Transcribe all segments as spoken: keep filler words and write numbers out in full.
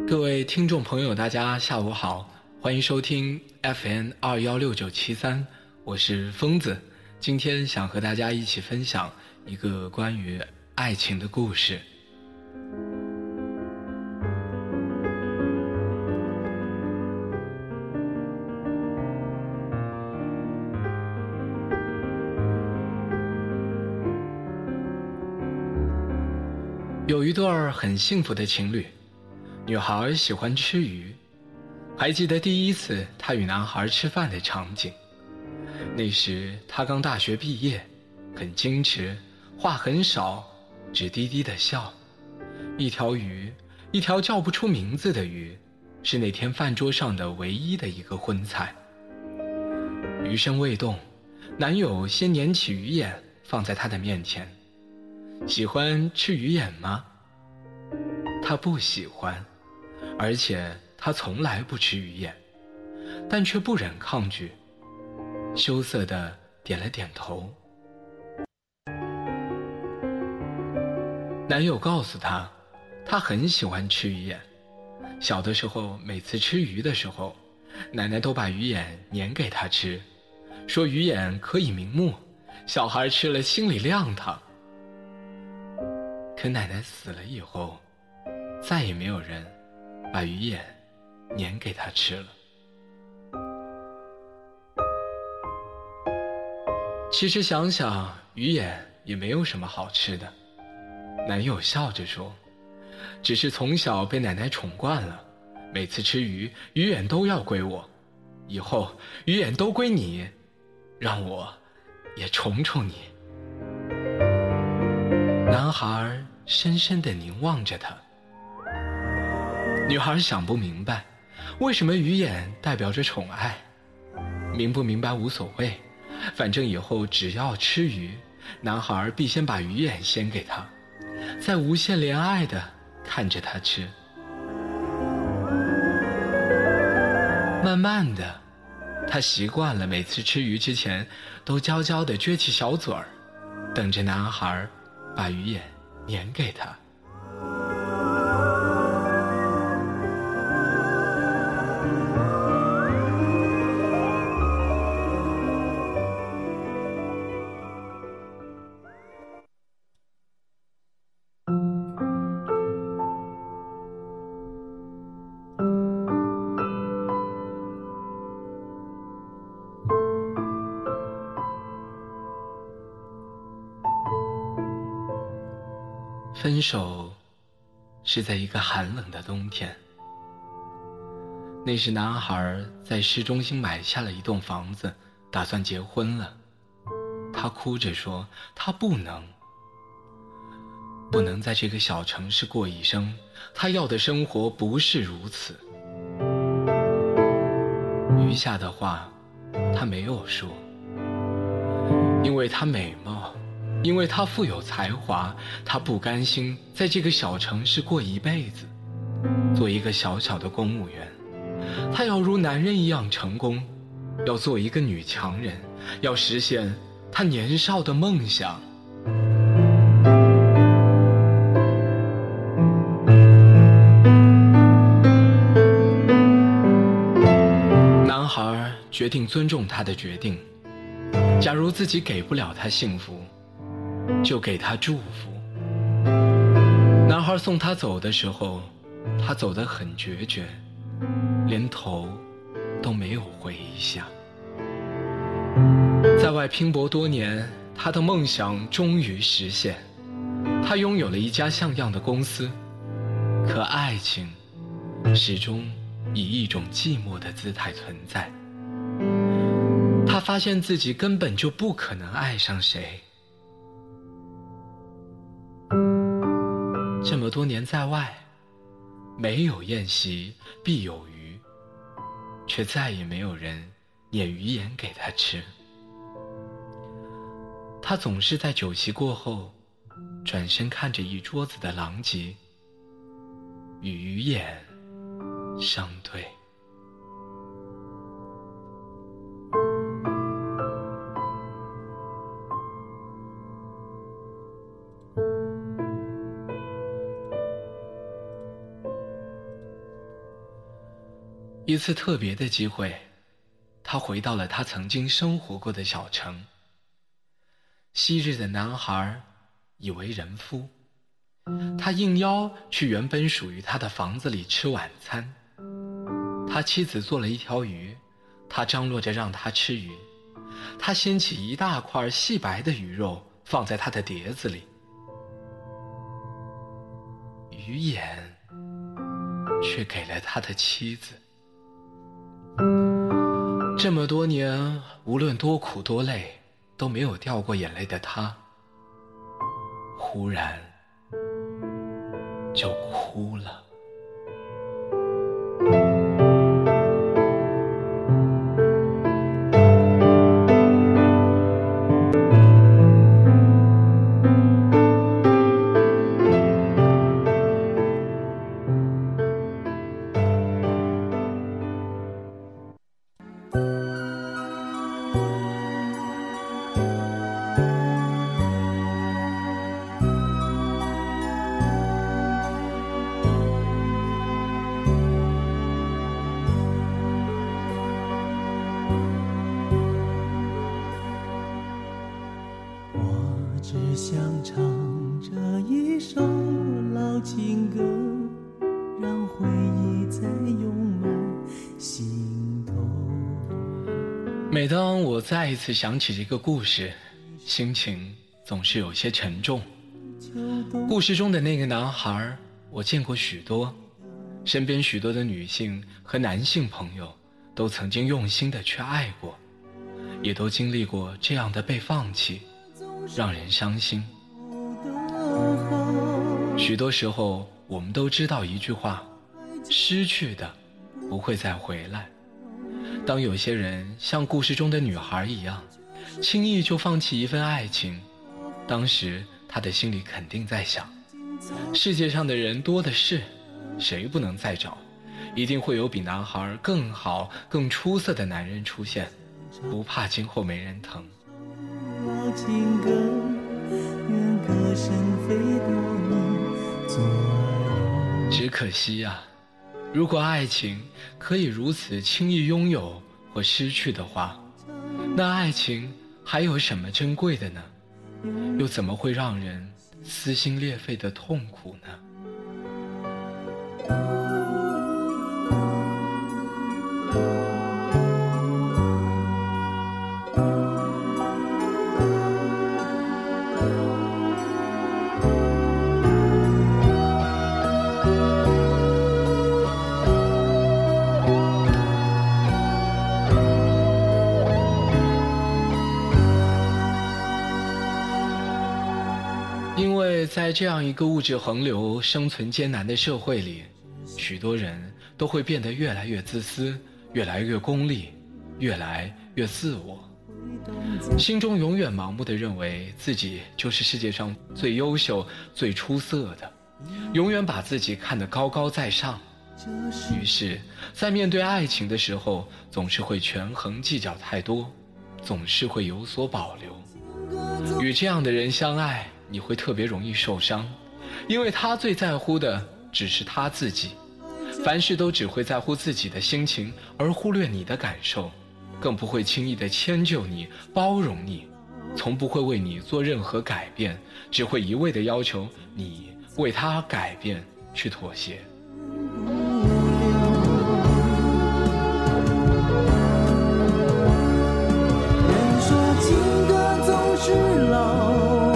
各位听众朋友，大家下午好，欢迎收听 F M 二一六九七三，我是疯子。今天想和大家一起分享一个关于爱情的故事。有一对很幸福的情侣，女孩喜欢吃鱼，还记得第一次她与男孩吃饭的场景。那时她刚大学毕业，很矜持，话很少，只低低的笑。一条鱼，一条叫不出名字的鱼，是那天饭桌上的唯一的一个荤菜。鱼身未动，男友先捻起鱼眼放在她的面前。喜欢吃鱼眼吗？她不喜欢，而且她从来不吃鱼眼，但却不忍抗拒，羞涩地点了点头。男友告诉她，他很喜欢吃鱼眼，小的时候每次吃鱼的时候，奶奶都把鱼眼捻给他吃，说鱼眼可以明目，小孩吃了心里亮堂。可奶奶死了以后，再也没有人把鱼眼捻给他吃了。其实想想，鱼眼也没有什么好吃的。男友笑着说，只是从小被奶奶宠惯了，每次吃鱼，鱼眼都要归我，以后鱼眼都归你，让我也宠宠你。男孩深深地凝望着她，女孩想不明白，为什么鱼眼代表着宠爱？明不明白无所谓，反正以后只要吃鱼，男孩必先把鱼眼先给她，再无限怜爱地看着她吃。慢慢的，她习惯了每次吃鱼之前都娇娇地撅起小嘴儿，等着男孩把鱼眼捻给她。分手是在一个寒冷的冬天，那时男孩在市中心买下了一栋房子，打算结婚了。他哭着说，他不能不能在这个小城市过一生，他要的生活不是如此。余下的话他没有说，因为他美貌，因为他富有才华，他不甘心在这个小城市过一辈子，做一个小小的公务员。他要如男人一样成功，要做一个女强人，要实现他年少的梦想。男孩决定尊重他的决定，假如自己给不了他幸福，就给他祝福。男孩送他走的时候，他走得很决绝，连头都没有回一下。在外拼搏多年，他的梦想终于实现，他拥有了一家像样的公司。可爱情始终以一种寂寞的姿态存在。他发现自己根本就不可能爱上谁。这么多年在外，没有宴席必有鱼，却再也没有人捻鱼眼给他吃。他总是在酒席过后转身看着一桌子的狼藉，与鱼眼相对。 一次特别的机会，他回到了他曾经生活过的小城。昔日的男孩已为人夫，他应邀去原本属于他的房子里吃晚餐。他妻子做了一条鱼，他张罗着让他吃鱼。他掀起一大块细白的鱼肉放在他的碟子里，鱼眼却给了他的妻子。这么多年，无论多苦多累，都没有掉过眼泪的他，忽然就哭了。 只想唱这一首老情歌，让回忆再涌满心头。 每当我再一次想起这个故事，心情总是有些沉重。故事中的那个男孩，我见过许多，身边许多的女性和男性朋友都曾经用心的去爱过，也都经历过这样的被放弃，让人伤心。许多时候我们都知道一句话，失去的不会再回来。当有些人像故事中的女孩一样，轻易就放弃一份爱情，当时他的心里肯定在想，世界上的人多的是，谁不能再找，一定会有比男孩更好更出色的男人出现，不怕今后没人疼。 老情歌，愿歌声飞到你左右。 只可惜啊，如果爱情可以如此轻易拥有或失去的话，那爱情还有什么珍贵的呢？又怎么会让人撕心裂肺的痛苦呢？因为在这样一个物质横流、生存艰难的社会里，许多人都会变得越来越自私，越来越功利，越来越自我，心中永远盲目地认为自己就是世界上最优秀、最出色的，永远把自己看得高高在上。于是在面对爱情的时候，总是会权衡计较太多，总是会有所保留。与这样的人相爱，你会特别容易受伤，因为他最在乎的只是他自己，凡事都只会在乎自己的心情，而忽略你的感受，更不会轻易地迁就你、包容你，从不会为你做任何改变，只会一味地要求你为他改变去妥协。 人说情歌总是老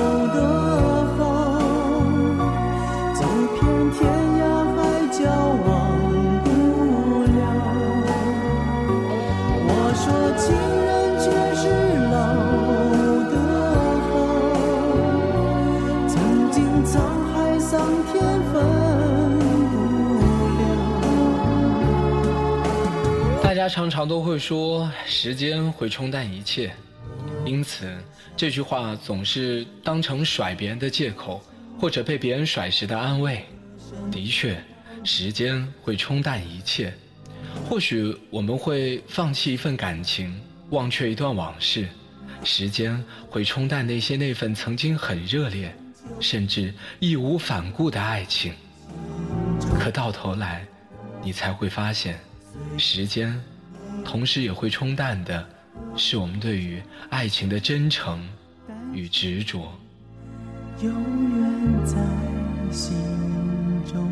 大家常常都会说时间会冲淡一切，因此这句话总是当成甩别人的借口，或者被别人甩时的安慰。的确，时间会冲淡一切，或许我们会放弃一份感情，忘却一段往事，时间会冲淡那些那份曾经很热烈，甚至义无反顾的爱情。可到头来，你才会发现， 时间同时也会冲淡的是我们对于爱情的真诚与执着， 永远在心中。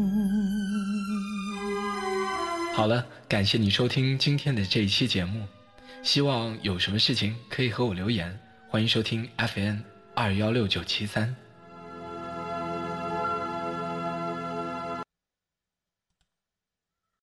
好了，感谢你收听今天的这一期节目，希望有什么事情可以和我留言，欢迎收听 F M 二幺六九七三。